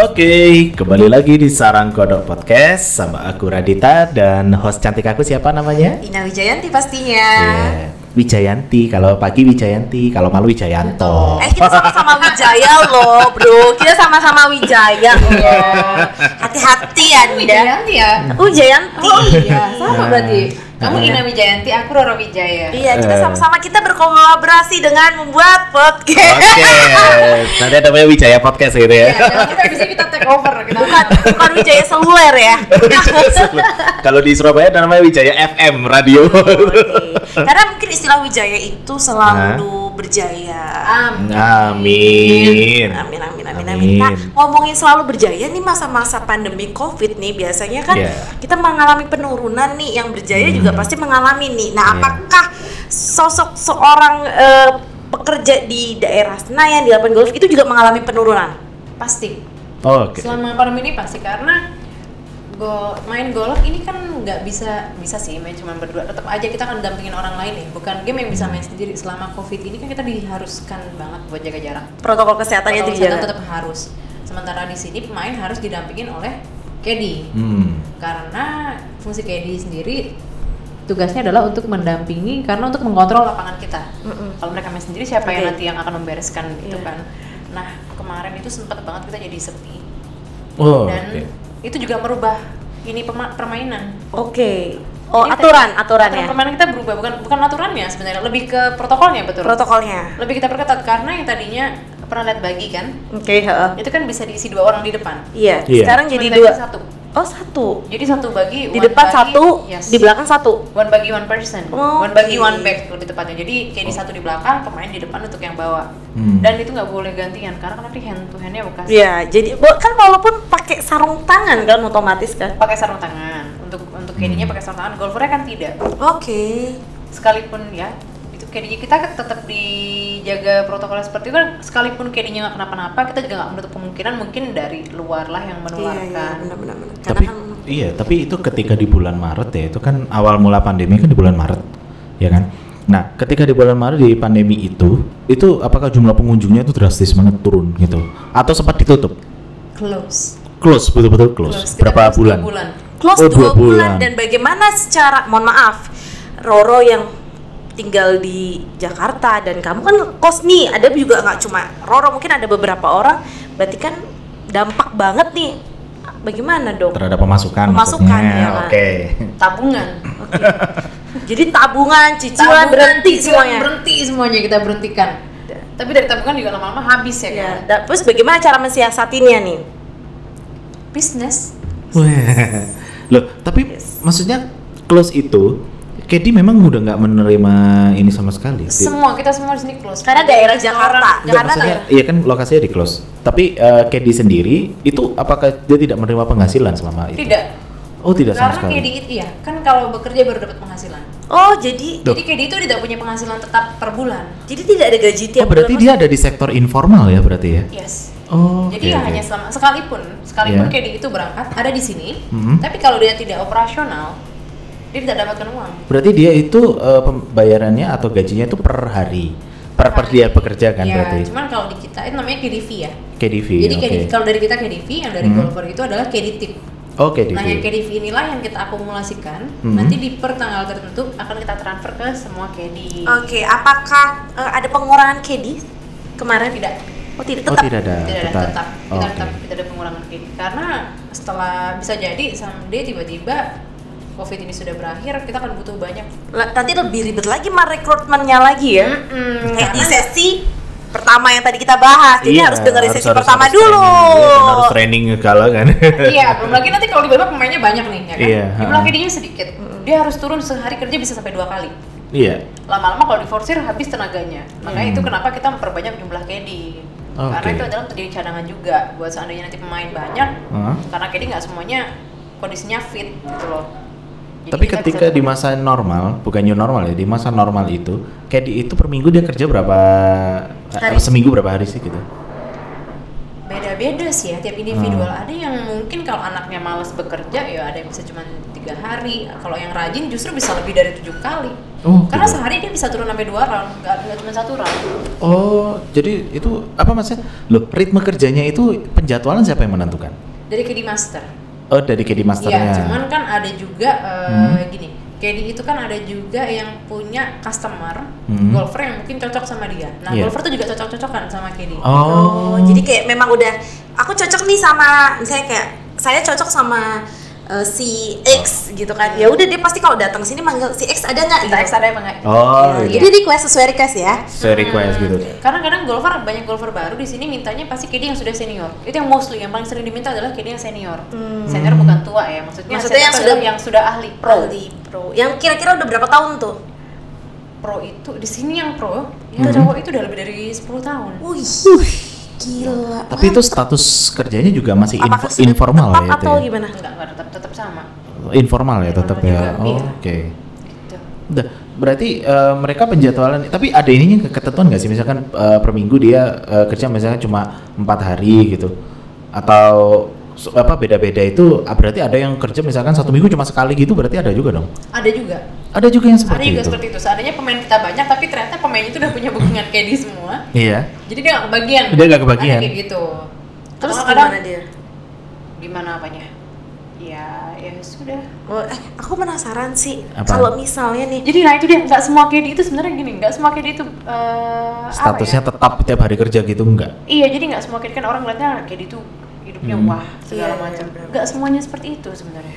Oke, kembali lagi di Sarang Kodok Podcast sama aku Radita dan host cantik aku siapa namanya? Ina Wijayanti pastinya. Yeah. Wijayanti, kalau pagi Wijayanti, kalau malu Wijayanto. Kita sama-sama Wijaya loh bro, kita sama-sama Wijaya loh. Hati-hati Anda. Wijayanti ya? Aku Wijayanti. Oh iya, sama berarti. Kamu Ina Wijayanti, aku Roro Wijaya. Iya, kita sama-sama kita berkolaborasi dengan membuat podcast. Oke, nanti namanya Wijaya Podcast gitu ya. Iya, kita bisa kita take over. Bukan Wijaya Seluler ya. Kalau di Surabaya namanya Wijaya FM Radio. Oke. Karena mungkin istilah Wijaya itu selalu berjaya. Amin. Amin. Nah, ngomongin selalu berjaya nih masa-masa pandemi Covid nih, biasanya kan kita mengalami penurunan nih, yang berjaya juga pasti mengalami nih. Nah, apakah sosok seorang pekerja di daerah Senayan, di lapangan golf itu juga mengalami penurunan? Pasti. Oke. Selama pandemi ini pasti, karena main golf ini kan nggak bisa sih main cuma berdua, tetap aja kita kan dampingin orang lain nih, bukan game yang bisa main sendiri. Selama Covid ini kan kita diharuskan banget buat jaga jarak, protokol kesehatannya itu jaga tetap harus. Sementara di sini pemain harus didampingin oleh caddy, karena fungsi caddy sendiri tugasnya adalah untuk mendampingi, karena untuk mengontrol lapangan kita. Kalau mereka main sendiri, siapa yang nanti yang akan membereskan itu kan. Nah, kemarin itu sempat banget kita jadi sepi. Dan itu juga merubah ini permainan. Aturan permainan kita berubah, bukan aturannya sebenarnya, lebih ke protokolnya. Betul, protokolnya lebih kita perketat, karena yang tadinya pernah lihat bagi kan, itu kan bisa diisi 2 orang di depan. Iya. Sekarang jadi 2. Satu. Jadi 1 bagi di depan bagi, 1, di belakang 1. 1 bagi 1 person. 1 bagi 1 back lebih tepatnya. Jadi kayak di 1 di belakang, pemain di depan untuk yang bawa. Dan itu nggak boleh gantian karena kan nanti hand to handnya bekas. Iya, jadi kan walaupun pakai sarung tangan kan otomatis kan. Pakai sarung tangan. Untuk caddy-nya pakai sarung tangan, golfernya kan tidak. Oke. Sekalipun ya itu caddy kita tetap dijaga protokolnya seperti itu kan, sekalipun caddy-nya nggak kenapa-napa, kita juga nggak menutup kemungkinan mungkin dari luar lah yang menularkan. Iya, benar. Tapi itu ketika di bulan Maret ya, itu kan awal mula pandemi kan di bulan Maret, ya kan? Nah, ketika di bulan Maret di pandemi itu apakah jumlah pengunjungnya itu drastis banget turun gitu? Atau sempat ditutup? Close, betul-betul close. Berapa bulan? 2 bulan. Close 2 bulan. Dan bagaimana secara, mohon maaf, Roro yang tinggal di Jakarta dan kamu kan kos nih, ada juga nggak cuma Roro, mungkin ada beberapa orang, berarti kan dampak banget nih. Bagaimana dong? Terhadap pemasukan ya kan? Tabungan. Jadi tabungan, cicilan berhenti semuanya kita berhentikan. Tapi dari tabungan juga lama-lama habis ya kan. Terus bagaimana cara mensiasatinya nih? Bisnis. Loh, tapi maksudnya close itu Kedi memang udah nggak menerima ini sama sekali. Kita semua di sini close. Karena daerah Jakarta. Iya kan lokasinya di close. Tapi Kedi sendiri itu apakah dia tidak menerima penghasilan selama itu? Tidak. Oh, tidak sama sekali. Karena Kedi itu ya, kan kalau bekerja baru dapat penghasilan. Oh, jadi Kedi itu tidak punya penghasilan tetap per bulan. Jadi tidak ada gaji tiap bulan. Berarti dia ada di sektor informal ya berarti ya? Yes. Jadi hanya sekalipun Kedi itu berangkat ada di sini, tapi kalau dia tidak operasional, dia tidak dapatkan uang. Berarti dia itu pembayarannya atau gajinya itu per hari, per dia bekerja kan berarti? Cuman kalau di kita itu namanya KDV ya. KDV. Jadi kalau dari kita KDV, yang dari golfer itu adalah KD tip. KDV. Nah, yang KDV inilah yang kita akumulasikan, nanti di per tanggal tertentu akan kita transfer ke semua KD. Apakah ada pengurangan KD kemarin? Tidak. Tetap. Tetap. Kita ada pengurangan KD karena setelah bisa jadi someday tiba-tiba Covid ini sudah berakhir, kita akan butuh banyak. Nanti lebih ribet lagi rekrutmennya lagi ya. Kayak di sesi pertama yang tadi kita bahas, jadi harus dengerin sesi pertama dulu. Harus training segala kan. Iya, belum lagi nanti kalau tiba-tiba pemainnya banyak nih, ya kan? Jumlah KD-nya sedikit, dia harus turun sehari kerja bisa sampai 2 kali. Iya. Lama-lama kalau diforsir habis tenaganya. Makanya itu kenapa kita memperbanyak jumlah KD. Karena itu adalah menjadi cadangan juga buat seandainya nanti pemain banyak. Karena KD nggak semuanya kondisinya fit gitu loh. Jadi tapi ketika di masa normal, bukan new normal ya, di masa normal itu, KD itu per minggu dia kerja berapa seminggu berapa hari sih gitu? Beda-beda sih ya, tiap individual. Ada yang mungkin kalau anaknya malas bekerja ya ada yang bisa cuma 3 3 hari. Kalau yang rajin justru bisa lebih dari 7 kali. Oh, Karena gitu. sehari dia bisa turun sampai 2 round, nggak cuma 1 round. Oh, jadi itu apa maksudnya? Loh, ritme kerjanya itu penjadwalan siapa yang menentukan? Dari KD Master. Oh, dari KD Masternya. Iya, cuman kan ada juga gini, KD itu kan ada juga yang punya customer golfer yang mungkin cocok sama dia. Nah, Iya. golfer tuh juga cocok-cocokan sama KD. Oh, jadi kayak memang udah aku cocok nih sama, misalnya kayak saya cocok sama si X gitu kan. Ya udah dia pasti kalau datang sini manggil si X ada nggak? Kita Gitu. X ada apa enggak? Oh, Ya, gitu. jadi request sesuai request ya. Sesuai request gitu. Karena kadang banyak golfer baru di sini mintanya pasti KD yang sudah senior. Itu yang mostly yang paling sering diminta adalah KD yang senior. Senior bukan tua ya, maksudnya Maksudnya senior yang itu adalah yang sudah ahli pro. Ahli pro. Yang kira-kira udah berapa tahun tuh? Pro itu di sini yang pro, yang cowok itu udah lebih dari 10 tahun. Wih, gila. Tapi itu status kerjanya juga masih Apakah sudah informal tetap ya itu atau ya? gimana? Enggak tetap sama. Informal ya tetap Informal ya. juga, Oh, iya. oke. Gitu. Udah, berarti mereka penjadwalan, tapi ada ininya ketentuan nggak sih? Misalkan per minggu dia kerja misalnya cuma 4 hari gitu, atau apa beda-beda itu? Berarti ada yang kerja misalkan 1 minggu cuma sekali gitu, berarti ada juga dong? Ada juga. Ada juga yang Ada seperti juga itu. seperti itu. Seandainya pemain kita banyak tapi ternyata pemain itu udah punya bookingan KD semua. Iya. Jadi dia nggak kebagian. Dia nggak kebagian. Ada kayak gitu. Terus Atau kadang- gimana dia? Gimana apanya? Ya sudah. Oh, aku penasaran sih Apa? kalau misalnya nih Jadi nah itu dia, nggak semua KD itu sebenarnya gini, nggak semua KD itu Statusnya apa ya? tetap tiap hari kerja gitu enggak? Iya, jadi nggak semua KD kan orang ngeliatnya KD itu hidupnya wah segala Iya, macam. benar. Nggak semuanya seperti itu sebenarnya.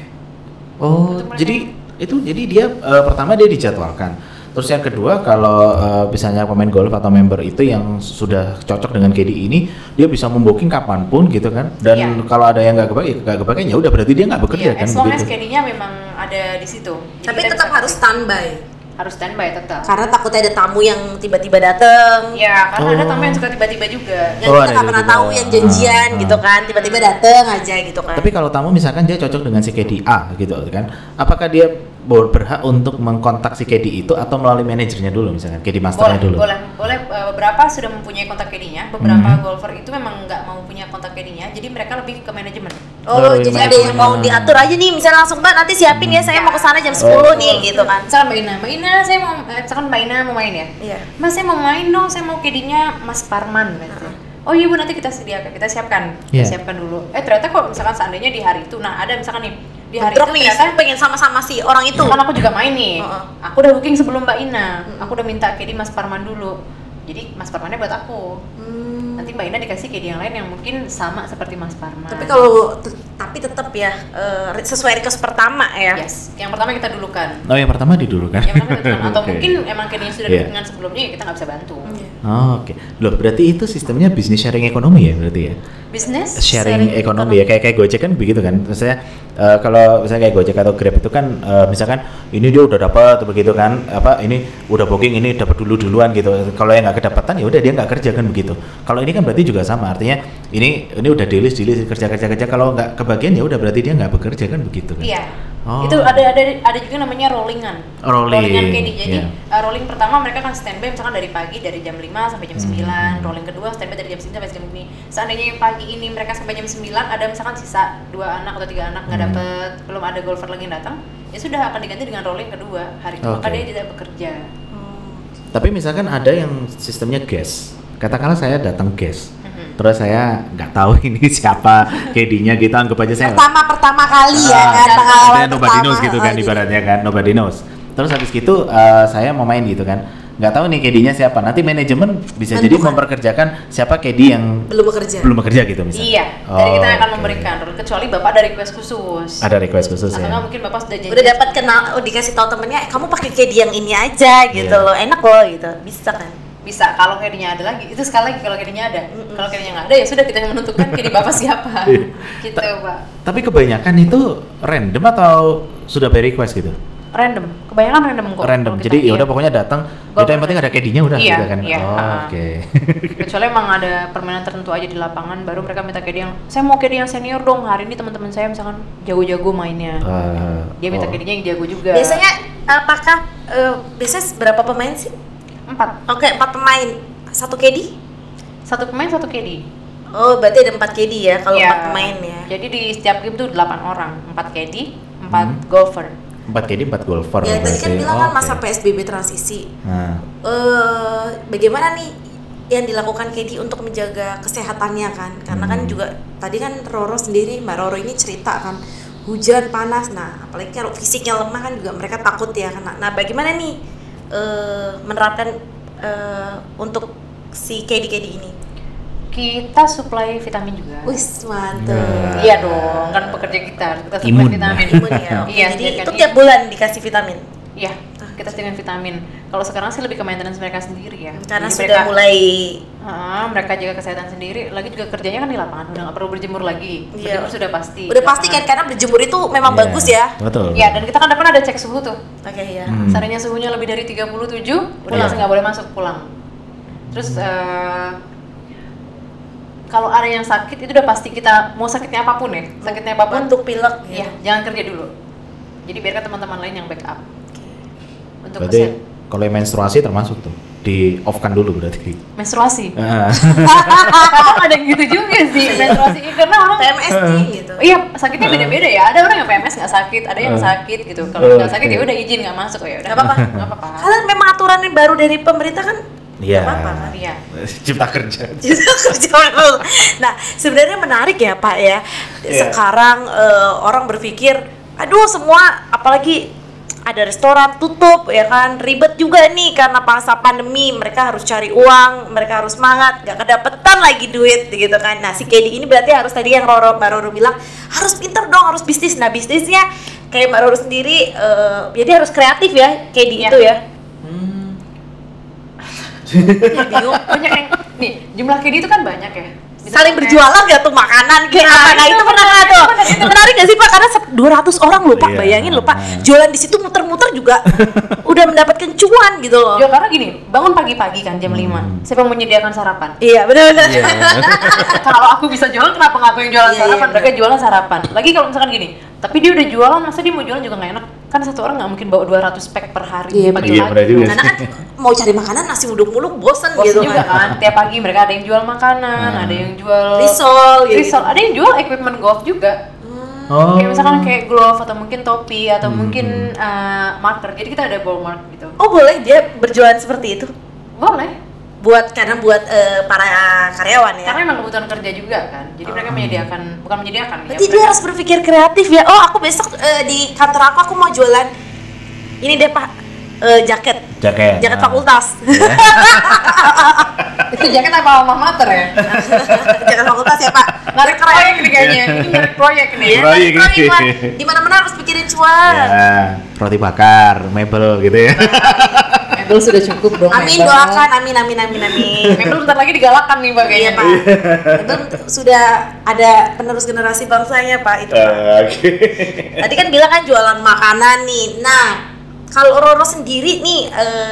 Oh, Untuk mereka jadi dia pertama dia dijadwalkan. Terus yang kedua kalau misalnya pemain golf atau member itu yang sudah cocok dengan KD ini, dia bisa membooking kapanpun gitu kan. Dan Iya. kalau ada yang nggak kebagian ya udah berarti dia nggak bekerja Iya, kan as long as begitu. KD-nya memang ada di situ. Jadi tapi kita tetap bisa harus kasih. standby Harus standby tetap. karena takutnya ada tamu yang tiba-tiba dateng Ya, karena ada Oh. tamu yang suka tiba-tiba juga. yang Oh, kita ada nggak pernah tiba-tiba. tahu yang janjian Ah, gitu kan, tiba-tiba dateng aja gitu kan. Tapi kalau tamu misalkan dia cocok dengan si KD A gitu kan, apakah dia berhak untuk mengkontak si KD itu atau melalui manajernya dulu misalkan KD masternya dulu? Boleh. Beberapa sudah mempunyai kontak KD-nya, beberapa golfer itu memang nggak mau punya kontak KD-nya, jadi mereka lebih ke manajemen. Oh, Oh, jadi iya, ada yang mau manajemen. diatur aja nih, misalnya langsung Mbak nanti siapin ya, saya mau ke sana jam 10 nih gitu kan. Misalkan Mbak Ina, saya mau, misalkan Mbak Ina mau main ya. Iya. Mas, saya mau main dong, saya mau KD-nya Mas Parman gitu. Oh iya Bu, nanti kita sediakan, kita siapkan. Iya. Kita siapkan dulu. Ternyata kok misalkan seandainya di hari itu, nah ada misalkan nih, di hari Bentrok itu nih, ternyata saya pengen sama-sama si orang itu. kan aku juga main nih. Heeh. Aku udah booking sebelum Mbak Ina. Aku udah minta KD Mas Parman dulu. Jadi Mas Parmannya buat aku. Nanti Mbak Ina dikasih KD yang lain yang mungkin sama seperti Mas Parman. Tapi kalau tapi tetap ya sesuai request pertama ya. yes, yang pertama kita dulukan. Oh, yang pertama didulukan. Yang pertama kita dulukan. Atau Oke. mungkin emang KD yang sudah Iya. dengan sebelumnya ya kita nggak bisa bantu. Oh, oke. Loh, berarti itu sistemnya bisnis sharing ekonomi ya berarti ya? Bisnis Sharing ekonomi ya, kayak Gojek kan begitu kan. Misalnya kalau misalnya kayak Gojek atau Grab itu kan misalkan ini dia udah dapat begitu kan, apa ini udah booking, ini dapat duluan gitu. Kalau yang nggak kedapatan ya udah dia nggak kerja kan begitu. Kalau ini kan berarti juga sama, artinya ini udah di list kerja kalau nggak kebagian ya udah berarti dia nggak bekerja kan begitu kan. Iya. Oh. Itu ada juga namanya rollingan. Rolling, Rollingan KD. Jadi iya. rolling pertama mereka kan standby misalkan dari pagi dari jam 5 sampai jam 9. Rolling kedua standby dari jam 9 sampai jam ini. Seandainya yang pagi ini mereka sampai jam 9 ada misalkan sisa 2 anak atau 3 anak nggak dapet, belum ada golfer lagi yang datang, ya sudah akan diganti dengan rolling kedua. Hari itu maka Oke. dia tidak bekerja. Tapi misalkan ada yang sistemnya guest. Katakanlah saya datang guest. Terus saya nggak tahu ini siapa KD-nya gitu, anggap aja saya Pertama kali ya kan, pengalaman ada nobody knows pertama. gitu kan Oh, ibaratnya kan, nobody knows. Terus habis gitu saya mau main gitu kan, nggak tahu nih KD-nya siapa. Nanti manajemen bisa jadi Menentukan. memperkerjakan siapa KD yang belum bekerja. gitu misalnya. Iya, jadi kita akan oke. memberikan kecuali Bapak ada request khusus. Ada request khusus Atau ya. nggak mungkin Bapak sudah janji. Udah dapat kenal, dikasih tahu temennya, kamu pakai KD yang ini aja gitu Iya. loh, enak loh gitu, bisa kan? Bisa, kalau KD-nya ada lagi, itu sekali lagi kalau KD-nya ada. Kalau KD-nya nggak ada ya sudah kita yang menentukan KD Bapak siapa. Iya. Gitu Pak. Tapi kebanyakan itu random atau sudah by request gitu? Random, kebanyakan random kok. Random. kalau kita, Jadi ya iya. udah pokoknya datang, Gua itu yang penting ada KD-nya udah Iya, gitu kan. iya, Oh, ha-ha. oke. Kecuali emang ada permainan tertentu aja di lapangan, baru mereka minta KD yang, saya mau KD yang senior dong, hari ini teman-teman saya misalkan jago-jago mainnya. Dia minta oh. KD-nya yang jago juga. Biasanya apakah biasanya berapa pemain sih? 4. Oke, 4 pemain, 1 KD? Satu pemain, satu KD. Oh, berarti ada 4 KD ya kalau Iya. 4 pemain ya. Jadi di setiap game tuh 8 orang, 4 KD, golfer. 4 KD 4 golfer. Ya tadi kan bilang kan masa oke. PSBB transisi. Nah, Bagaimana nih yang dilakukan KD untuk menjaga kesehatannya kan? Karena kan juga tadi kan Roro sendiri, Mbak Roro ini cerita kan hujan panas. Nah, apalagi kalau fisiknya lemah kan juga mereka takut ya kena. Nah, bagaimana nih menerapkan untuk si KD ini? Kita supply vitamin juga. Wis mantep. Nah. Iya dong, kan pekerja kita supply Imun. vitamin. Imun ya. Oke, Iya, jadi sediakan itu tiap bulan dikasih vitamin. Iya, kita sediakan vitamin. Kalau sekarang sih lebih ke maintenance mereka sendiri ya. Karena Jadi sudah mulai mereka jaga kesehatan sendiri. Lagi juga kerjanya kan di lapangan, udah nggak perlu berjemur lagi. Iya. Berjemur sudah pasti. udah pasti kan, karena berjemur itu memang iya, bagus ya. Betul. Iya, dan kita kan depan ada cek suhu tuh. Oke ya. Seandainya suhunya lebih dari 37, udah Iya. langsung nggak boleh masuk, pulang. Terus kalau ada yang sakit itu udah pasti kita mau sakitnya apapun ya, sakitnya apapun, Batuk, pilek. iya, jangan kerja dulu. Jadi biarkan teman-teman lain yang backup. Untuk Berarti kalau yang menstruasi termasuk tuh di off kan dulu berarti. menstruasi. Ah. Kadang ada yang gitu juga sih menstruasi, karena orang PMS nih gitu. iya sakitnya beda-beda ya. Ada orang yang PMS nggak sakit, ada yang sakit gitu. Kalau nggak sakit ya udah izin nggak masuk ya udah. Nggak apa-apa. Nggak apa-apa. Karena memang aturan yang baru dari pemerintah kan. Iya. Nggak apa-apa kan? Iya. Cipta kerja. Kerja memang. Nah, sebenarnya menarik ya Pak ya. Iya. Sekarang orang berpikir, aduh semua apalagi ada restoran tutup ya kan, ribet juga nih karena masa pandemi, mereka harus cari uang, mereka harus semangat, gak kedapetan lagi duit gitu kan. Nah si KD ini berarti harus tadi yang Mbak Roro bilang harus pinter dong, harus bisnis. Nah bisnisnya kayak Mbak Roro sendiri, jadi harus kreatif ya KD Iya. itu ya. Ya, bingung. Banyak yang nih jumlah KD itu kan banyak ya. Bisa Saling sampai- berjualan gak tuh makanan kayak apa? Nah itu pernah nggak tuh? Itu menarik gak sih Pak? Karena 200 orang loh Pak, Iya. bayangin loh Pak, jualan di situ muter-muter juga udah mendapatkan cuan gitu loh. Ya karena gini, bangun pagi-pagi kan jam 5. Siapa yang menyediakan sarapan? Iya benar-benar. Iya. Kalau aku bisa jualan, kenapa nggak aku yang jualan Iya, sarapan? iya, Mereka jualan sarapan. Lagi kalau misalkan gini, tapi dia udah jualan, masa dia mau jualan juga nggak enak? Kan satu orang nggak mungkin bawa 200 pack per hari Iya, pagi-pagi. Iya, benar juga. Karena kan mau cari makanan nasi uduk-muluk bosen Bosen gitu juga kan. kan, tiap pagi mereka ada yang jual makanan, ada yang jual Risol gitu. risol, ada yang jual equipment golf juga. Oh. Kayak misalkan kayak glove atau mungkin topi atau mungkin marker. Jadi kita ada ball mark gitu. Oh boleh dia berjualan seperti itu? Boleh. Buat para karyawan ya. Karena emang kebutuhan kerja juga kan. Jadi mereka menyediakan, bukan menyediakan. Berarti dia harus berpikir kreatif ya. Oh aku besok di kantor aku mau jualan ini deh Pak, jaket Jaket. fakultas. itu jaket apa alma mater ya? Jaket fakultas ya Pak. Narik proyek nih kayaknya. Ini narik proyek nih. Ya, Proyek kan, nih. Pak. Di mana-mana harus pikirin cuan. Ya, roti bakar, mebel gitu ya. Mebel sudah cukup dong. Amin, Mebel. doakan, amin. Mebel bentar lagi digalakan nih Pak Iya kayaknya. Pak. Itu sudah ada penerus generasi bangsanya Pak itu. Pak. Oke. Tadi kan bilang kan jualan makanan nih. Nah, kalau Roro sendiri nih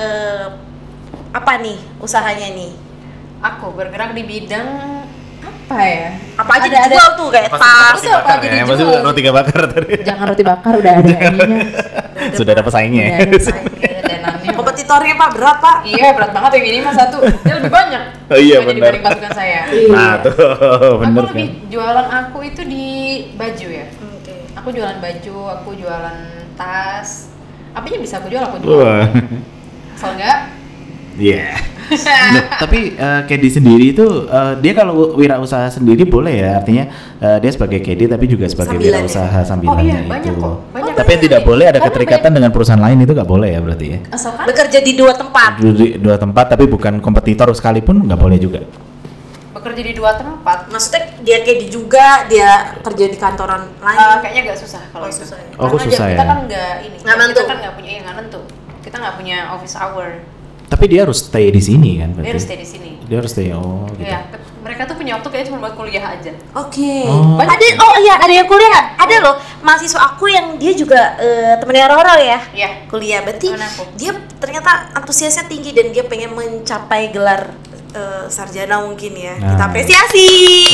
apa nih usahanya nih? Aku bergerak di bidang apa ya? Apa aja Ada- dijual tuh kayak tas. Itu apa aja ya, dijual? maksudnya roti bakar tadi. Jangan roti bakar udah ada ininya. Sudah ada pesaingnya. Udah ada saingnya, ada tenannya. Kompetitornya Pak berat Pak. Iya berat banget yang ini mah satu. Dia lebih banyak. Oh iya, Jadi benar. dibanding pasukan saya. Nah, tuh bener Aku kan. lebih jualan aku itu di baju ya. Oke. Aku jualan baju, aku jualan tas. Apanya bisa aku jual, aku jual. Wah. Asal enggak? Iya. Nah, tapi KD sendiri itu dia kalau wirausaha sendiri boleh ya, artinya dia sebagai KD tapi juga sebagai Sambilan wirausaha Oh sambilannya iya, itu. banyak kok. Banyak. Tapi yang tidak boleh ada Karena keterikatan dengan perusahaan lain itu nggak boleh ya berarti ya. Asalkan Bekerja di dua tempat. Di dua tempat tapi bukan kompetitor sekalipun nggak boleh juga. bekerja di dua tempat, Maksudnya dia kayak juga dia kerja di kantoran lain. kayaknya agak susah kalau Oh, itu. susah ya. Oh, Karena susah kita ya. kan nggak ini. Nggak nentu. Kita kan nggak punya, nggak nentu. Kita nggak punya office hour. Tapi dia harus stay di sini kan berarti. Dia harus stay di sini. Dia harus stay gitu. Iya, mereka tuh punya waktu kayaknya cuma buat kuliah aja. Oke. Oh. Ada yang kuliah. Ada loh mahasiswa aku yang dia juga temennya Roro ya. Iya. Kuliah. Berarti Temen aku. dia ternyata antusiasnya tinggi dan dia pengen mencapai gelar sarjana mungkin ya. Nah. Kita apresiasi.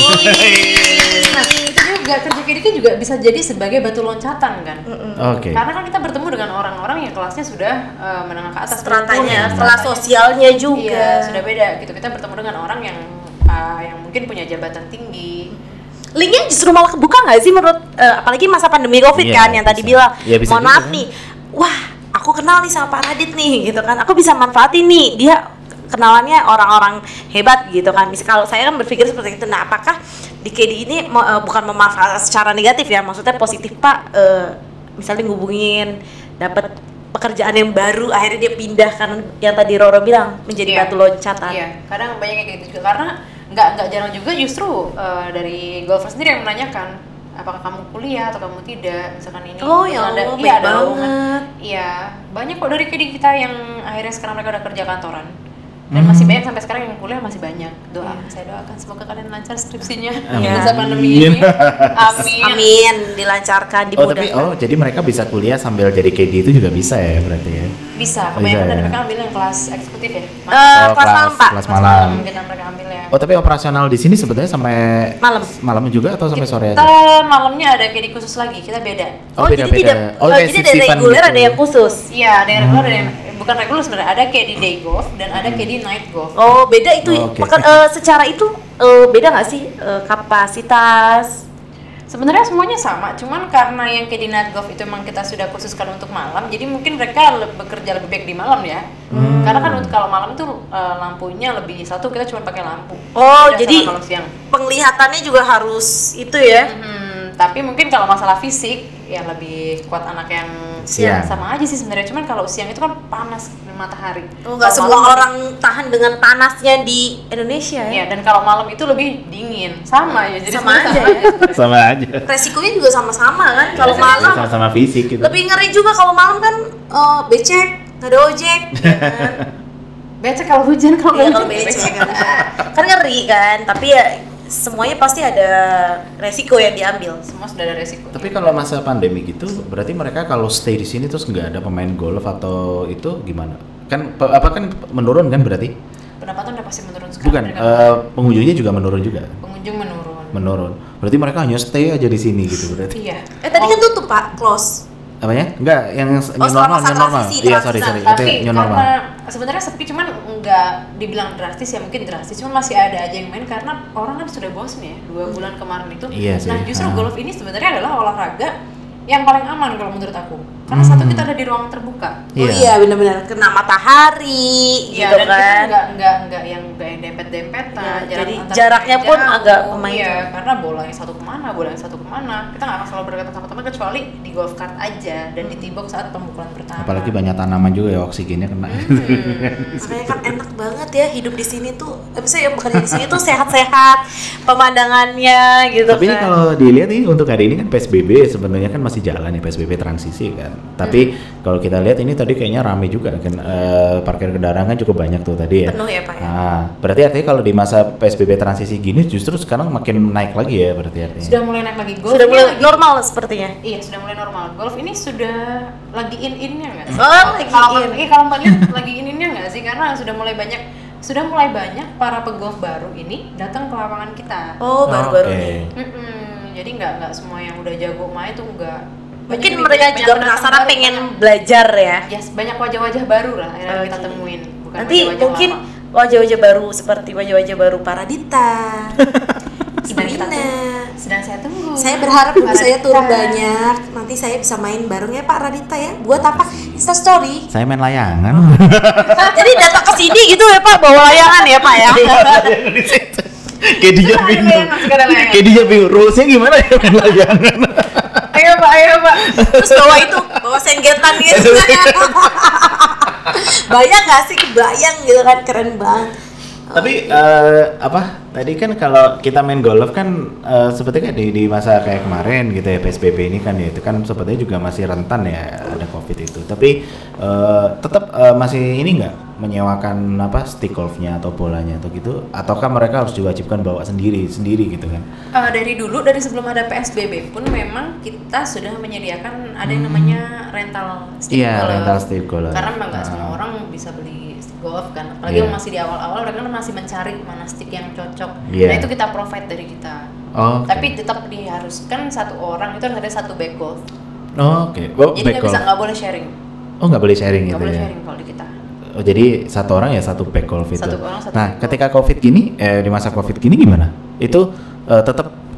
Nah, itu juga kerja KDK juga bisa jadi sebagai batu loncatan kan. Oke. Karena kan kita bertemu dengan orang-orang yang kelasnya sudah menengah ke atas. Stratanya, Stratanya. setelah sosialnya juga. Iya, sudah beda gitu. Kita bertemu dengan orang yang mungkin punya jabatan tinggi. linknya justru malah kebuka nggak sih menurut apalagi masa pandemi COVID kan yang tadi bilang mohon maaf nih, wah aku kenal nih sama Pak Radit nih gitu kan, aku bisa manfaatin nih dia kenalannya orang-orang hebat gitu kan. Kalau saya kan berpikir seperti itu. Nah, apakah di KD ini bukan memanfaatkan secara negatif ya, maksudnya positif Pak, misalnya ngubungin dapat pekerjaan yang baru, akhirnya dia pindah karena yang tadi Roro bilang menjadi batu loncatan. Iya, kadang banyak kayak gitu juga, karena nggak jarang juga justru dari golfer sendiri yang menanyakan apakah kamu kuliah atau kamu tidak, misalkan ini. Oh ya Allah, baik banget. Iya, banyak kok dari KD kita yang akhirnya sekarang mereka udah kerja kantoran. Dan masih banyak sampai sekarang yang kuliah masih banyak. Saya doakan semoga kalian lancar skripsinya di masa pandemi ini. Amin, dilancarkan, dimudahkan. Jadi mereka bisa kuliah sambil jadi KD itu juga bisa ya berarti ya? Bisa, kebanyakan dari mereka ambil yang kelas eksekutif ya. Kelas malam Pak. Kelas malam. Kita mereka ambil ya. Oh tapi operasional di sini sebetulnya sampai malam juga atau sampai sore aja? Kita malamnya ada KD khusus lagi, kita beda. Beda-beda. Jadi ada reguler ada yang khusus. Iya, ada yang reguler, ada yang bukan reguler sebenarnya, ada KD day golf dan ada KD night golf. Oh, beda itu. Secara itu beda nggak sih kapasitas? Sebenarnya semuanya sama, cuman karena yang KD night golf itu memang kita sudah khususkan untuk malam, jadi mungkin mereka bekerja lebih baik di malam ya. Karena kan kalau malam itu lampunya lebih satu, kita cuma pakai lampu. Oh, beda jadi kalau siang. Penglihatannya juga harus itu ya. Tapi mungkin kalau masalah fisik ya lebih kuat anak yang siang. Sama aja sih sebenarnya, cuman kalau siang itu kan panas matahari. Oh, nggak semua orang tahan dengan panasnya di Indonesia ya. Iya, dan kalau malam itu lebih dingin. Sama ya, jadi sama aja. Sama aja. Resikonya juga sama-sama kan. Kalau malam sama-sama fisik gitu. lebih ngeri juga kalau malam kan becek, nggak ada ojek. Ya kan? Becek kalau hujan, kalau Iya, kalau becek kan ngeri kan. Tapi ya semuanya pasti ada resiko yang diambil. Semua sudah ada resiko. Tapi kalau masa pandemi gitu, berarti mereka kalau stay di sini terus nggak ada pemain golf atau itu gimana? Kan menurun kan berarti? Pendapatan udah pasti menurun sekarang. Bukan, pengunjungnya juga menurun juga. Pengunjung menurun. Menurun. Berarti mereka hanya stay aja di sini gitu berarti. Iya. Tadi kan tutup Pak, close. Apanya? Enggak, yang new selama normal. Iya, sorry. Tapi New normal. karena sebenarnya sepi, cuman nggak dibilang drastis ya, mungkin drastis, cuman masih ada aja yang main karena orang kan sudah bosan ya 2 bulan kemarin itu. Iya sih. Nah, justru golf ini sebenarnya adalah olahraga yang paling aman kalau menurut aku. Karena satu, kita ada di ruang terbuka. Oh iya, benar-benar kena matahari gitu dan kan. Kita nggak yang dempet-dempetan. Ya, jadi jaraknya pun agak lumayan. Iya, karena bola yang satu kemana. Kita nggak akan selalu berdekatan sama teman kecuali di golf cart aja dan di tee box saat pemukulan pertama. Apalagi banyak tanaman juga ya, oksigennya kena. Makanya kan enak banget ya hidup di sini tuh. Saya bukan di sini tuh sehat-sehat pemandangannya gitu. Tapi kan. kalau dilihat nih untuk hari ini kan PSBB sebenarnya kan masih jalan ya, PSBB transisi kan. Tapi kalau kita lihat ini tadi kayaknya rame juga kan, parkir kendaraan kan cukup banyak tuh tadi ya. Penuh ya Pak ya. Nah, berarti artinya kalau di masa PSBB transisi gini justru sekarang makin naik lagi ya berarti artinya. Sudah mulai naik lagi. Golf Sudah mulai normal sepertinya. Iya, sudah mulai normal. Golf ini sudah lagi in-innya nggak sih? Oh, lagi kalau Mbak lihat lagi in-innya nggak sih? Karena sudah mulai banyak para pegolf baru ini datang ke lapangan kita. Oh, baru-baru okay. Jadi nggak semua yang udah jago main tuh nggak. Mungkin mereka juga penasaran pengen belajar ya. Yes, banyak wajah-wajah baru lah yang kita temuin. Bukan nanti wajah-wajah mungkin lama. wajah-wajah baru seperti wajah-wajah baru Paradita. Sedang saya tunggu. Saya berharap ibu saya turun banyak. Nanti saya bisa main bareng ya Pak Radita ya. Buat apa? Insta story. Saya main layangan. Jadi datang ke sini gitu ya Pak, bawa layangan ya Pak ya. Kayak dia bingung. Rulesnya gimana ya main layangan? Ayo Pak. Terus bawa senggetan gitu. Bayang nggak sih? Kebayang gitu kan, keren banget. Tapi tadi kan kalau kita main golf kan sepertinya di masa kayak kemarin gitu ya, PSBB ini kan ya, itu kan sepertinya juga masih rentan ya ada COVID itu. Tapi tetap masih ini nggak menyewakan stick golfnya atau bolanya atau gitu, ataukah mereka harus diwajibkan bawa sendiri gitu kan? Dari sebelum ada PSBB pun memang kita sudah menyediakan ada yang namanya rental stick golf. Iya, rental stick golf. Karena memang nggak semua orang bisa beli stick golf kan, apalagi yang masih di awal-awal mereka kan masih mencari mana stick yang cocok. Nah itu kita provide dari kita. Tapi tetap diharuskan satu orang itu harus ada satu bag golf. Jadi nggak boleh sharing. Nggak boleh sharing gitu ya? Nggak boleh sharing kalau di kita. Jadi satu orang ya satu bag golf itu. Satu orang, satu nah, bag ketika COVID gini, di masa COVID gini gimana? Itu tetap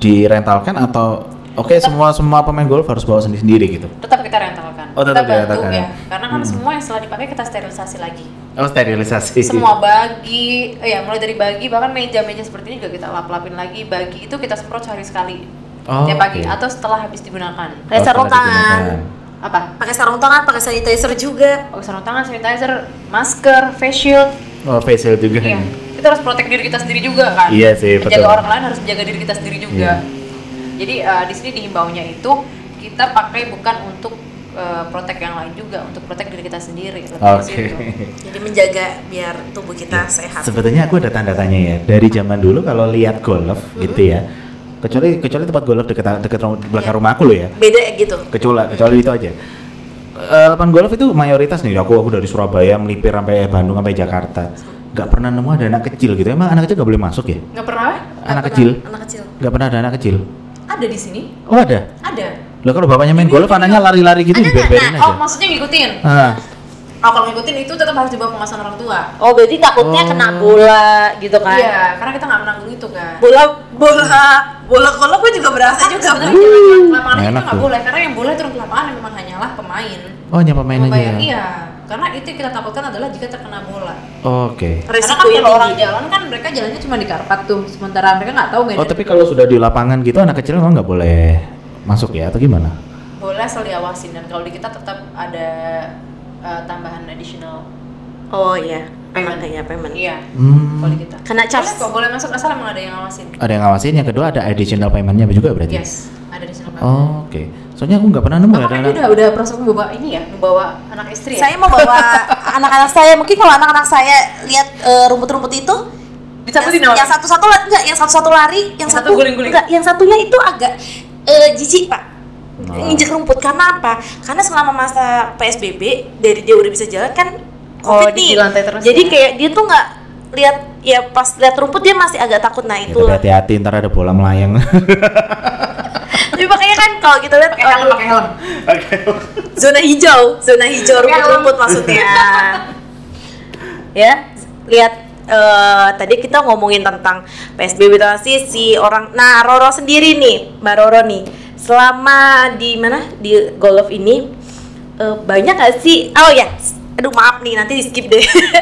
direntalkan atau oke semua pemain golf harus bawa sendiri gitu? Tetap kita rentalkan. Oh, tetap kita bantu direntalkan. ya, karena kan semua yang setelah dipakai kita sterilisasi lagi. Oh, sterilisasi. Semua bagi, mulai dari bagi, bahkan meja-meja seperti ini juga kita lap-lapin lagi. Bagi itu kita semprot sehari sekali, tiap pagi atau setelah habis digunakan. Pakai sarung tangan. Apa? Pakai sarung tangan, pakai sanitizer juga. Pakai sarung tangan, sanitizer, masker, face shield. Oh, face shield juga. Iya. Kita harus protect diri kita sendiri juga kan. Iya sih, betul. Menjaga orang lain harus menjaga diri kita sendiri juga. Jadi di sini dihimbaunya itu kita pakai bukan untuk protect yang lain juga, untuk protect diri kita sendiri. Oke. Jadi menjaga biar tubuh kita sehat. Sebetulnya aku ada tanda tanya ya. Dari zaman dulu kalau lihat golf gitu ya. Kecuali tempat golf dekat belakang rumah aku loh ya. Beda gitu. Kecuali itu aja. Lapangan golf itu mayoritas nih. Aku dari Surabaya melipir sampai Bandung sampai Jakarta. Gak pernah nemu ada anak kecil gitu. Emang anak kecil gak boleh masuk ya? Nggak pernah? Anak kecil. Gak pernah ada anak kecil. Ada di sini. Oh ada. Ada. Loh kalau bapaknya main golf, anaknya lari-lari gitu dibeberin aja. Oh maksudnya ngikutin? Kalau ngikutin itu tetap harus dibawa pengawasan orang tua. Oh berarti takutnya kena bola gitu kan? Iya, karena kita nggak menang dulu itu kan. Bola golf gue juga berasa juga. Sebenarnya jalan lapangan itu enak nggak tuh. boleh, karena yang boleh turun ke lapangan memang hanyalah pemain. Oh hanya pemain aja. Pemain, iya, karena itu yang kita takutkan adalah jika terkena bola. Oke. Karena kan kalau orang jalan kan mereka jalannya cuma di karpet tuh, sementara mereka nggak tahu medan. Oh tapi kalau sudah di lapangan gitu anak kecil memang nggak boleh masuk ya atau gimana? Boleh asal diawasin, dan kalau di kita tetap ada tambahan additional. Oh iya, payment. Iya. Kalau di kita. Kena charge. Boleh kok, boleh masuk asal emang ada yang ngawasin. Ada yang ngawasin, yang kedua ada additional payment-nya juga berarti? Yes, ada additional payment. Oh, oke. Soalnya aku nggak pernah nemu ya. Udah proses membawa ini ya, membawa anak istri ya? Saya mau bawa anak-anak saya. Mungkin kalau anak-anak saya lihat rumput-rumput itu dicabutin yang satu-satu enggak, yang satu-satu lari, yang satu guling-guling. Enggak, yang satunya itu agak jijik, Pak. Nginjek rumput karena apa? Karena selama masa PSBB dari dia udah bisa jalan kan COVID nih. Di lantai terus. Jadi ya? kayak dia tuh nggak lihat, ya pas lihat rumput dia masih agak takut. Nah itu. Ya, hati-hati ntar ada bola melayang. Tapi makanya kan kalau kita lihat pakai helm. zona hijau rumput-rumput maksudnya. Ya, lihat tadi kita ngomongin tentang PSBB transisi orang. Nah, Roro sendiri nih, Mbak Roro nih, selama di mana di golf ini banyak nggak sih? Oh ya, aduh maaf nih, nanti di skip deh.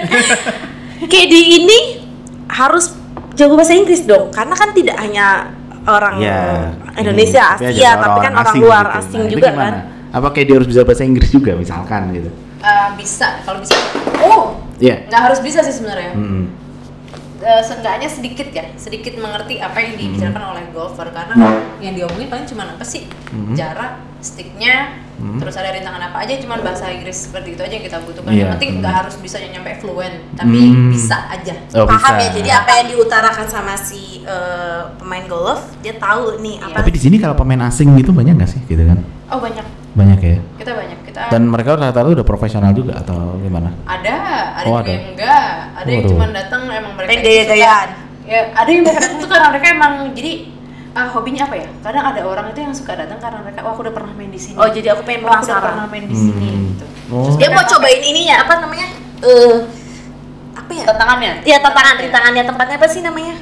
Kayak di ini harus jago bahasa Inggris dong, karena kan tidak hanya orang Indonesia, Asia, tapi kan orang luar gitu. Asing juga kan. Apa kayak dia harus bisa bahasa Inggris juga misalkan gitu? Bisa, kalau bisa. Nggak harus bisa sih sebenarnya. Seenggaknya sedikit mengerti apa yang dibicarakan oleh golfer, karena yang diomongin paling cuma apa sih, jarak, sticknya, terus ada rintangan apa aja, cuma bahasa Inggris seperti itu aja yang kita butuhkan. Yang penting nggak harus bisa nyampe fluent, tapi bisa aja. Paham ya, jadi apa yang diutarakan sama si pemain golf, dia tahu nih apa. Tapi di sini kalau pemain asing gitu banyak nggak sih gitu kan? Oh banyak ya. Kita banyak. Dan mereka rata-rata udah profesional juga atau gimana? Ada juga yang enggak, ada yang cuma datang emang mereka gaya-gayaan. Ya, ada yang mereka datang tuh karena mereka emang jadi hobinya apa ya? Kadang ada orang itu yang suka datang karena mereka, wah aku udah pernah main di sini. Oh, jadi aku pengen aku udah penasaran. pernah main di sini gitu. Terus dia mau cobain ininya, apa namanya? Apa ya? Tantangannya. Iya, rintangannya, tempatnya apa sih namanya?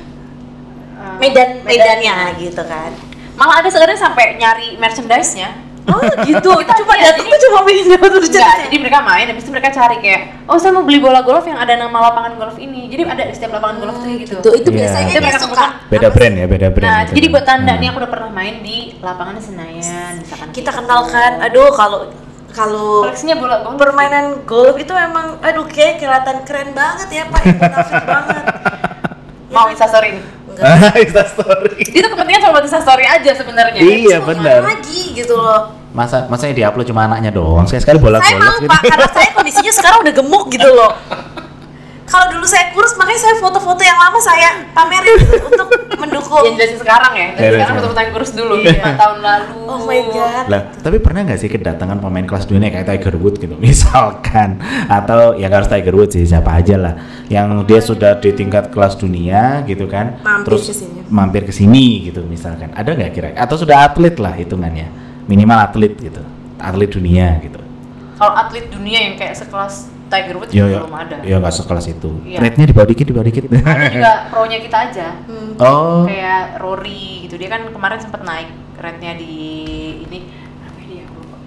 Medannya gitu kan. Malah ada sebenarnya sampai nyari merchandise-nya. Oh gitu, cuma datang tuh cuma main terus jadi mereka main, habis itu mereka cari kayak, oh saya mau beli bola golf yang ada nama lapangan golf ini. Jadi ada di setiap lapangan golf tuh gitu. Itu biasanya dia mereka suka. Beda brand. Nah, gitu. jadi buat tanda nih aku udah pernah main di lapangan Senayan misalkan. Kita kenalkan, aduh kalau koleksinya bola golf. Permainan golf itu emang kayak kelihatan keren banget ya Pak, munafik banget. Mau instastory? Enggak. Instastory. Itu kepentingan cuma buat instastory aja sebenarnya. Iya benar. Lagi gitu loh. Masa yang diupload cuma anaknya doang. Sekali bola Saya mau gitu. Pak, karena saya kondisinya sekarang udah gemuk gitu loh. Kalau dulu saya kurus, makanya saya foto-foto yang lama saya pamerin gitu, untuk mendukung. Yang jelasin sekarang ya, sekarang foto-foto yang kurus dulu 5 tahun lalu. Oh my god. Lah, tapi pernah nggak sih kedatangan pemain kelas dunia kayak Tiger Woods gitu misalkan, atau ya nggak harus Tiger Woods sih, siapa aja lah yang dia sudah di tingkat kelas dunia gitu kan, mampir ke sini gitu misalkan, ada nggak kira? Atau sudah atlet lah hitungannya, minimal atlet gitu, atlet dunia gitu. Kalau atlet dunia yang kayak sekelas Tiger Woods Iya, juga iya. belum ada. Iya, nggak sekelas itu. Iya. Rate-nya di bawah dikit. Ada juga pro-nya kita aja. Oh. Kayak Rory gitu, dia kan kemarin sempat naik rate-nya di ini apa dia aku lupa.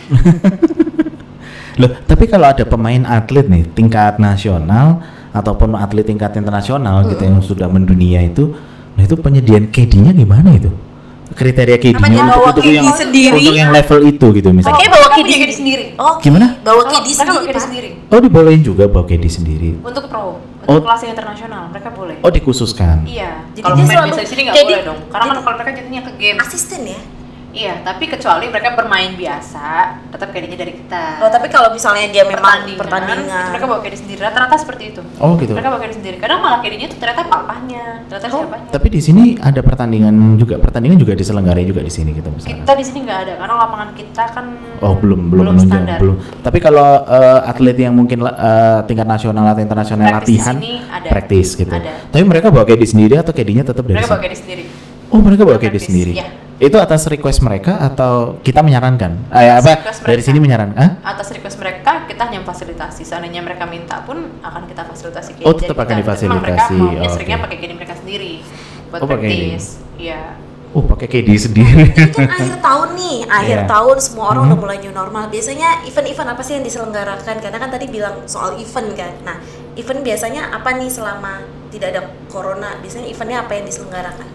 Loh, tapi kalau ada pemain atlet nih tingkat nasional ataupun atlet tingkat internasional gitu yang sudah mendunia itu, nah itu penyediaan KD-nya gimana itu? Kriteria Apa dia KD-nya bawa untuk KD yang sendiri? untuk yang level itu gitu misalnya. Pakai bawa Mereka KD punya KD sendiri. Oh, Gimana? Bawa Oh, KD mereka sendiri, bawa KD Pak. sendiri. Oh, dibolehin juga bawa KD sendiri. Untuk pro, Oh. untuk kelas yang internasional mereka boleh. Oh, dikhususkan. Iya. Jadi Kalau dia pemain selalu- biasa di sini nggak jadi- boleh dong. Karena kan kalau mereka jadinya ke game. Asisten ya? Iya, tapi kecuali mereka bermain biasa, tetap KD-nya dari kita. Oh, tapi kalau misalnya dia memang pertandingan. itu mereka bawa KD sendiri. Rata-rata seperti itu. Oh, gitu. Mereka bawa KD sendiri. Kadang malah KD-nya itu ternyata papahnya, ternyata siapanya. Tapi di sini ada pertandingan juga diselenggarai juga di sini gitu misalnya. Kita di sini nggak ada karena lapangan kita kan Oh, belum menunjang, standar. belum. Tapi kalau atlet yang mungkin tingkat nasional atau internasional Praktis latihan di sini ada. praktis gitu. Ada. Tapi mereka bawa KD sendiri atau KD-nya tetap dari Mereka bawa sini? KD sendiri. Oh, mereka bawa KD Praktis, sendiri. iya. Itu atas request mereka atau kita menyarankan? Request Dari mereka. sini menyarankan? Hah? Atas request mereka kita hanya fasilitasi. Seandainya mereka minta pun akan kita fasilitasi. Oh, tetap akan Tapi memang mereka difasilitasi. maunya Oh, seringnya oke. pakai KD mereka sendiri buat Oh, pakai praktis. Iya. Oh, pakai KD sendiri. Ini kan akhir tahun nih, akhir Iya. tahun semua orang udah mulai new normal. Biasanya event-event apa sih yang diselenggarakan? Karena kan tadi bilang soal event kan. Nah, event biasanya apa nih selama tidak ada corona? Biasanya eventnya apa yang diselenggarakan?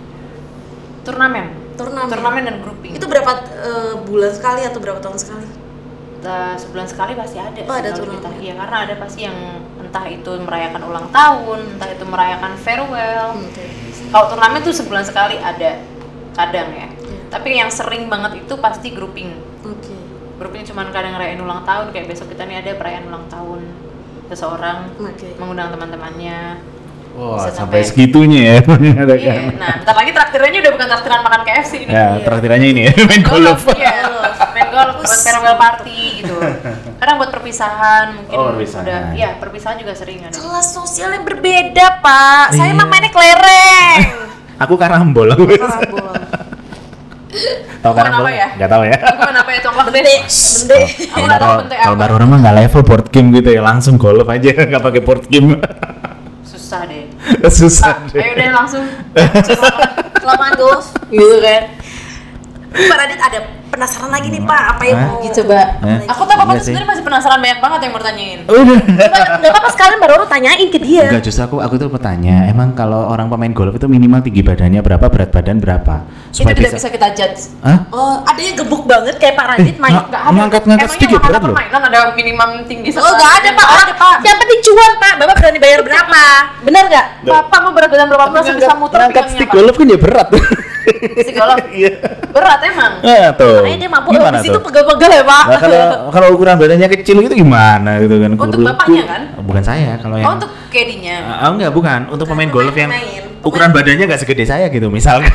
Turnamen dan grouping. Itu berapa bulan sekali atau berapa tahun sekali? Sebulan sekali pasti ada. Oh, ada sih kalau turnamen. kita. Iya, karena ada pasti yang entah itu merayakan ulang tahun, entah itu merayakan farewell. Oke. Kalau turnamen tuh sebulan sekali ada, kadang ya. Iya. Tapi yang sering banget itu pasti grouping. Oke. Grouping cuman kadang ngerayain ulang tahun, kayak besok kita nih ada perayaan ulang tahun seseorang, Oke. mengundang teman-temannya. Wah, Bisa sampai sampai- segitunya ya. Ada Iya, kan? nah bentar lagi traktirannya udah bukan traktiran makan KFC nih. Ya, traktirannya ini ya, main golf. Iya, main golf buat farewell party gitu. Kadang buat perpisahan mungkin Oh, perpisahan. udah, iya perpisahan juga sering ada. Kelas sosialnya berbeda, Pak. Saya Iya. mah mainnya kelereng. Aku karambol. Karambol. Tahu Bukan karambol? apa ya? Nggak tahu ya. Bukan apa ya, coklat deh. Bende. Aku nggak tahu bentuk Kalau apa. baru orang mah nggak level board game gitu ya, langsung golf aja nggak pakai board game. Susah deh. Susah deh. Ayo deh langsung. Lapangan golf. Gitu kan. Pak Radit ada penasaran lagi nih, Pak. Apa yang Hah? mau? Gitu, Mbak. Eh? Aku tuh apa Iya sih. sebenarnya masih penasaran banyak banget yang mau ditanyain. Udah. Nggak apa-apa sekalian Mbak Roro tanyain ke dia. Enggak, justru aku tuh bertanya, emang kalau orang pemain golf itu minimal tinggi badannya berapa, berat badan berapa? Itu tidak bisa kita judge. Hah? Oh, ada yang gebuk banget kayak Pak Radit main. nggak- Nggak ada. ngangkat-ngangkat Emangnya sedikit mahal berat loh. permainan ada minimum tinggi Oh, nggak ada, Pak. Nggak ada, Pak. Yang penting cuan, Pak. Bapak berani bayar berapa? Bener nggak? Bapak mau berat badan berapa belas bisa muter ngangkat pinggangnya, stick Pak. golf kan ya berat. Stick golf? Iya. Berat emang. Tuh. Makanya dia mampu Gimana habis itu tuh? pegel-pegel ya, Pak. Nah, kalau ukuran badannya kecil itu gimana gitu kan? Untuk bapaknya kan? Bukan saya, kalau Oh, yang untuk KD-nya. enggak, bukan. Untuk pemain golf yang pemain. ukuran badannya nggak segede saya gitu, misalkan.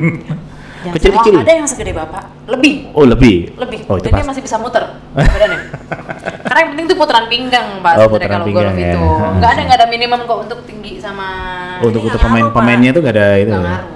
Jangan Kecil-kecil. salah, ada yang segede Bapak. Lebih. Oh, lebih. Oh, Oh, itu dan dia pas. masih bisa muter badannya. Karena yang penting tuh putaran pinggang, Pak. Oh, sebenarnya putaran kalau pinggang, golf ya. itu. Nggak ada minimum kok untuk tinggi sama Untuk nggak pemain-pemainnya tuh nggak ada itu. nggak ya? ngaruh.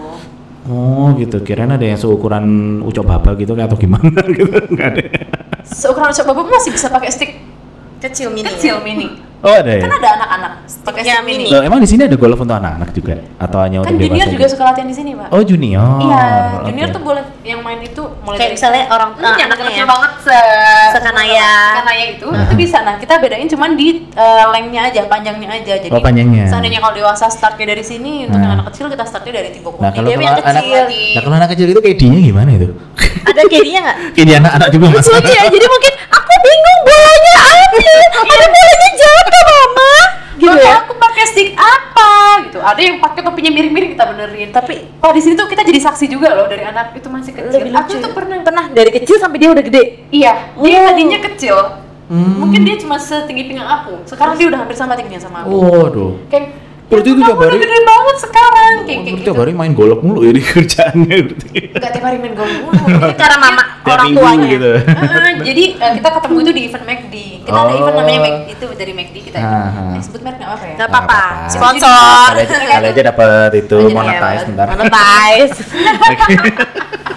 Oh gitu, kirain ada yang seukuran ucap baba gitu atau gimana gitu, nggak ada. Seukuran ucap Bapak masih bisa pakai stick Kecil mini. kecil ya? mini. Oh ada ya? Kan ada anak-anak pakai Sticknya stick mini. mini. Loh, emang di sini ada golf untuk anak-anak juga atau hanya Kan untuk junior dewasa juga aja? suka latihan di sini, Pak. Oh junior. Iya, Oke. junior tuh boleh yang main itu mulai Kayak misalnya orang yang anaknya kecil ya? banget Sekanaya. sekanaya itu bisa. Nah, kita bedain cuman di lengthnya aja, panjangnya aja. Jadi Oh, panjangnya. seandainya kalau dewasa startnya dari sini, untuk Nah. yang anak kecil kita startnya dari tiba Nah kalau Dia yang anak, kecil. nah kalau anak kecil itu KD-nya gimana itu? Ada KD-nya nggak? KD anak-anak juga mas. Lucu ya, jadi mungkin aku bingung bolanya ambil. Ada bolanya jatuh, Mama. Gitu Bapak, ya. aku pakai stick apa gitu. Ada yang pakai topinya miring-miring kita benerin. Tapi di sini tuh kita jadi saksi juga loh dari anak itu masih kecil. Lebih Aku lucu. tuh pernah. dari kecil sampai dia udah gede. Iya, dia Oh. tadinya kecil. Mungkin dia cuma setinggi pinggang aku. Sekarang dia udah hampir sama tingginya sama aku. Waduh. Kayak Berarti itu kamu tiap hari- udah gede banget sekarang kayak Berarti gitu. tiap hari main golf mulu ya di kerjaannya berarti. Enggak tiap hari main golf mulu. Ini cara mama Tiap orang minggu tuanya. gitu. Jadi kita ketemu itu di event McD. Kita ada Oh. event namanya McD itu dari McD kita. Ah. Sebut merek nggak apa ya? Nggak apa-apa. apa-apa. Sponsor. Kali aja dapat itu Aja monetize dapat. bentar. Monetize.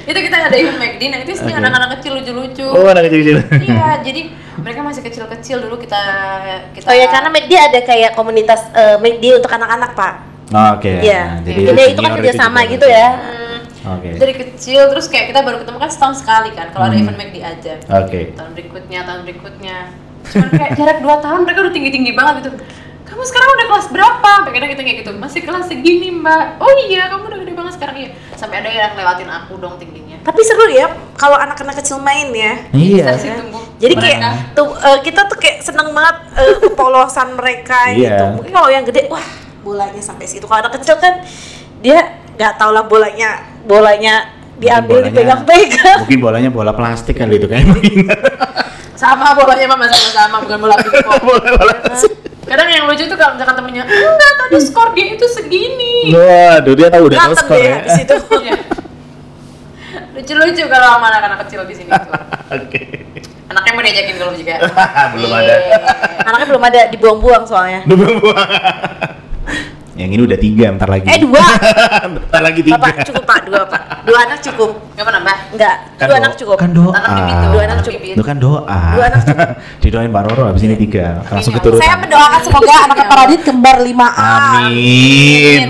Itu kita ada event McD, nah itu isinya anak-anak kecil lucu-lucu. Oh, anak kecil-kecil. Iya, jadi mereka masih kecil-kecil dulu kita. Oh ya, karena McD ada kayak komunitas McD untuk anak-anak, Pak. Oke. Iya. Nah, Jadi itu kan kerjasama gitu ya. Oke. Dari kecil terus kayak kita baru ketemu kan setahun sekali kan kalau ada event McD aja. Oke. Tahun berikutnya. Cuman kayak jarak 2 tahun mereka udah tinggi-tinggi banget gitu. Kamu sekarang udah kelas berapa? Kadang kita kayak gitu. Masih kelas segini, Mbak. Oh iya, kamu udah gede banget sekarang. Iya. Sampai ada yang lewatin aku dong tingginya. Tapi seru ya kalau anak-anak kecil main ya. Iya. Kita sih tumbuh. Jadi kayak kita tuh kayak seneng banget kepolosan mereka Iya. gitu. Mungkin kalau yang gede, wah bolanya sampai situ. Kalau anak kecil kan dia nggak tahu lah bolanya diambil, dipegang-pegang. Mungkin bolanya bola plastik kali itu kayak Sama bolanya mah sama bukan bola pingpong. bola. Kadang yang lucu tuh kalau misalkan temennya, enggak tadi skor dia itu segini. Waduh, dia udah tahu Berantem skor deh ya. habis itu. Iya. Lucu-lucu kalau sama anak-anak kecil di sini tuh. Oke. Anaknya mau diajakin kalau juga. Belum ada. Anaknya belum ada, dibuang-buang soalnya. Yang ini udah 3, bentar lagi. 2. Bentar lagi 3. Bapak cukup Pak, 2 Pak. 2 anak cukup. Enggak mau nambah? Enggak, 2 anak cukup. Kan doa. Tanam bibit tuh. 2 anak tanam cukup. bibit. Itu kan doa. 2 anak cukup. Didoain Pak Roro habis ini 3. Langsung keturutan. Saya mendoakan semoga anaknya Pak Radit kembar 5A. Amin.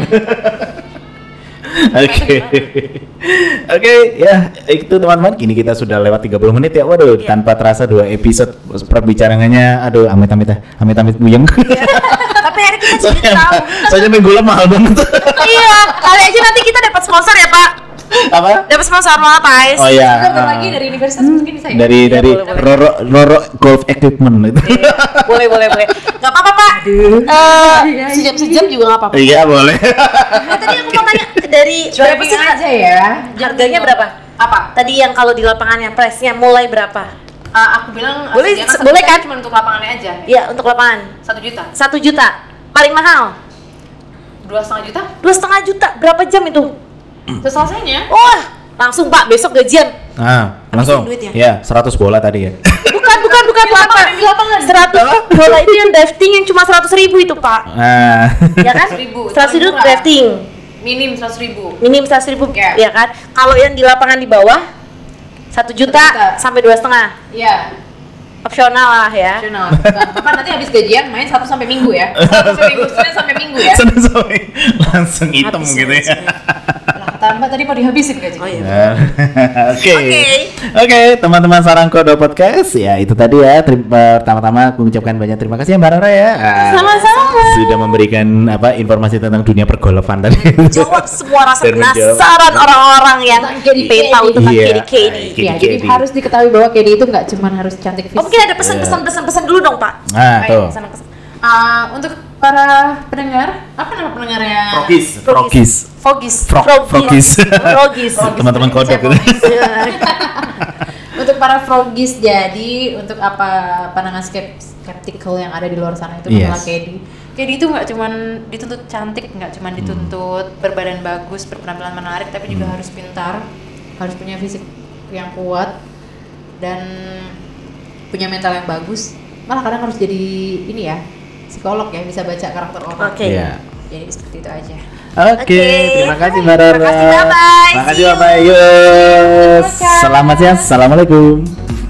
Oke, ya itu teman-teman. Kini kita sudah lewat 30 menit ya. Waduh, tanpa terasa 2 episode perbicaraannya. Aduh, amit-amit buyeng. Tapi hari kita jadi tahu. Soalnya minggu mahal banget. Iya, kali aja nanti kita dapat sponsor ya Pak. Apa? Dapat sponsor Malapais. Oh iya. Bentar lagi dari universitas mungkin bisa ya? Dari boleh. Roro Golf Equipment itu. Boleh. Gak apa-apa Pak. Sejam-sejam juga gak apa-apa. Iya, boleh. Tadi aku mau tanya dari berapa Driving sih aja ya. harganya berapa? Apa? Tadi yang kalau di lapangannya price-nya mulai berapa? Aku bilang Boleh, sediakan 1 boleh juta kan? cuma untuk lapangannya aja. Iya, untuk lapangan 1 juta. 1 juta. Paling mahal 2,5 juta? 2,5 juta. Berapa jam itu? Selesainya. Wah, langsung Pak, besok gajian. Nah, langsung. duitnya? Ya, 100 bola tadi ya. Bukan Di lapangan. 100 bola itu yang drafting yang cuma 100.000 itu Pak. Nah. Ya kan? 100.000, 100.000 paling murah. drafting. Minim 100.000. Minim 100.000 Ya. ya kan? Kalau yang di lapangan di bawah 1 juta juta. sampai 2,5. Iya. Opsional lah ya. Nasional. Bapak nanti habis gajian main 1 sampai Minggu ya. 1 sampai Minggu, Senin sampai Minggu ya. Sorry. Langsung hitam Habis, gitu ya. Lah, kata Mbak tadi mau dihabisin gaji. Oh iya. Oke. Oke. Oke, teman-teman Sarangkodo Podcast, ya itu tadi ya. Pertama-tama aku mengucapkan banyak terima kasih ya Mbak Rara ya. Sama-sama. Sudah memberikan informasi tentang dunia pergolfan tadi. Jawab semua rasa Dan menjawab. penasaran orang-orang yang Tentang KD. pengen tahu tentang Iya. KD. Ya, jadi harus diketahui bahwa KD itu nggak cuma harus cantik fisik. Oh, mungkin ada pesan-pesan dulu dong Pak. Nah, tuh. Pesan-pesan. Untuk para pendengar, apa nama pendengarnya? Frogis. Fogis. Frogis. Frogis. Teman-teman kodok gitu. Untuk para frogis, jadi untuk apa pandangan skeptical yang ada di luar sana itu Yes. masalah KD. KD itu nggak cuman dituntut cantik, nggak cuman dituntut berbadan bagus, berpenampilan menarik, tapi juga harus pintar, harus punya fisik yang kuat dan punya mental yang bagus. Malah kadang harus jadi ini ya, psikolog ya, bisa baca karakter orang. Oke. Iya. Jadi seperti itu aja. Oke, terima kasih Mbak Rara. Terima kasih, bye-bye. Terima kasih, See you. bye-bye. Yuk. Selamat siang. Assalamualaikum.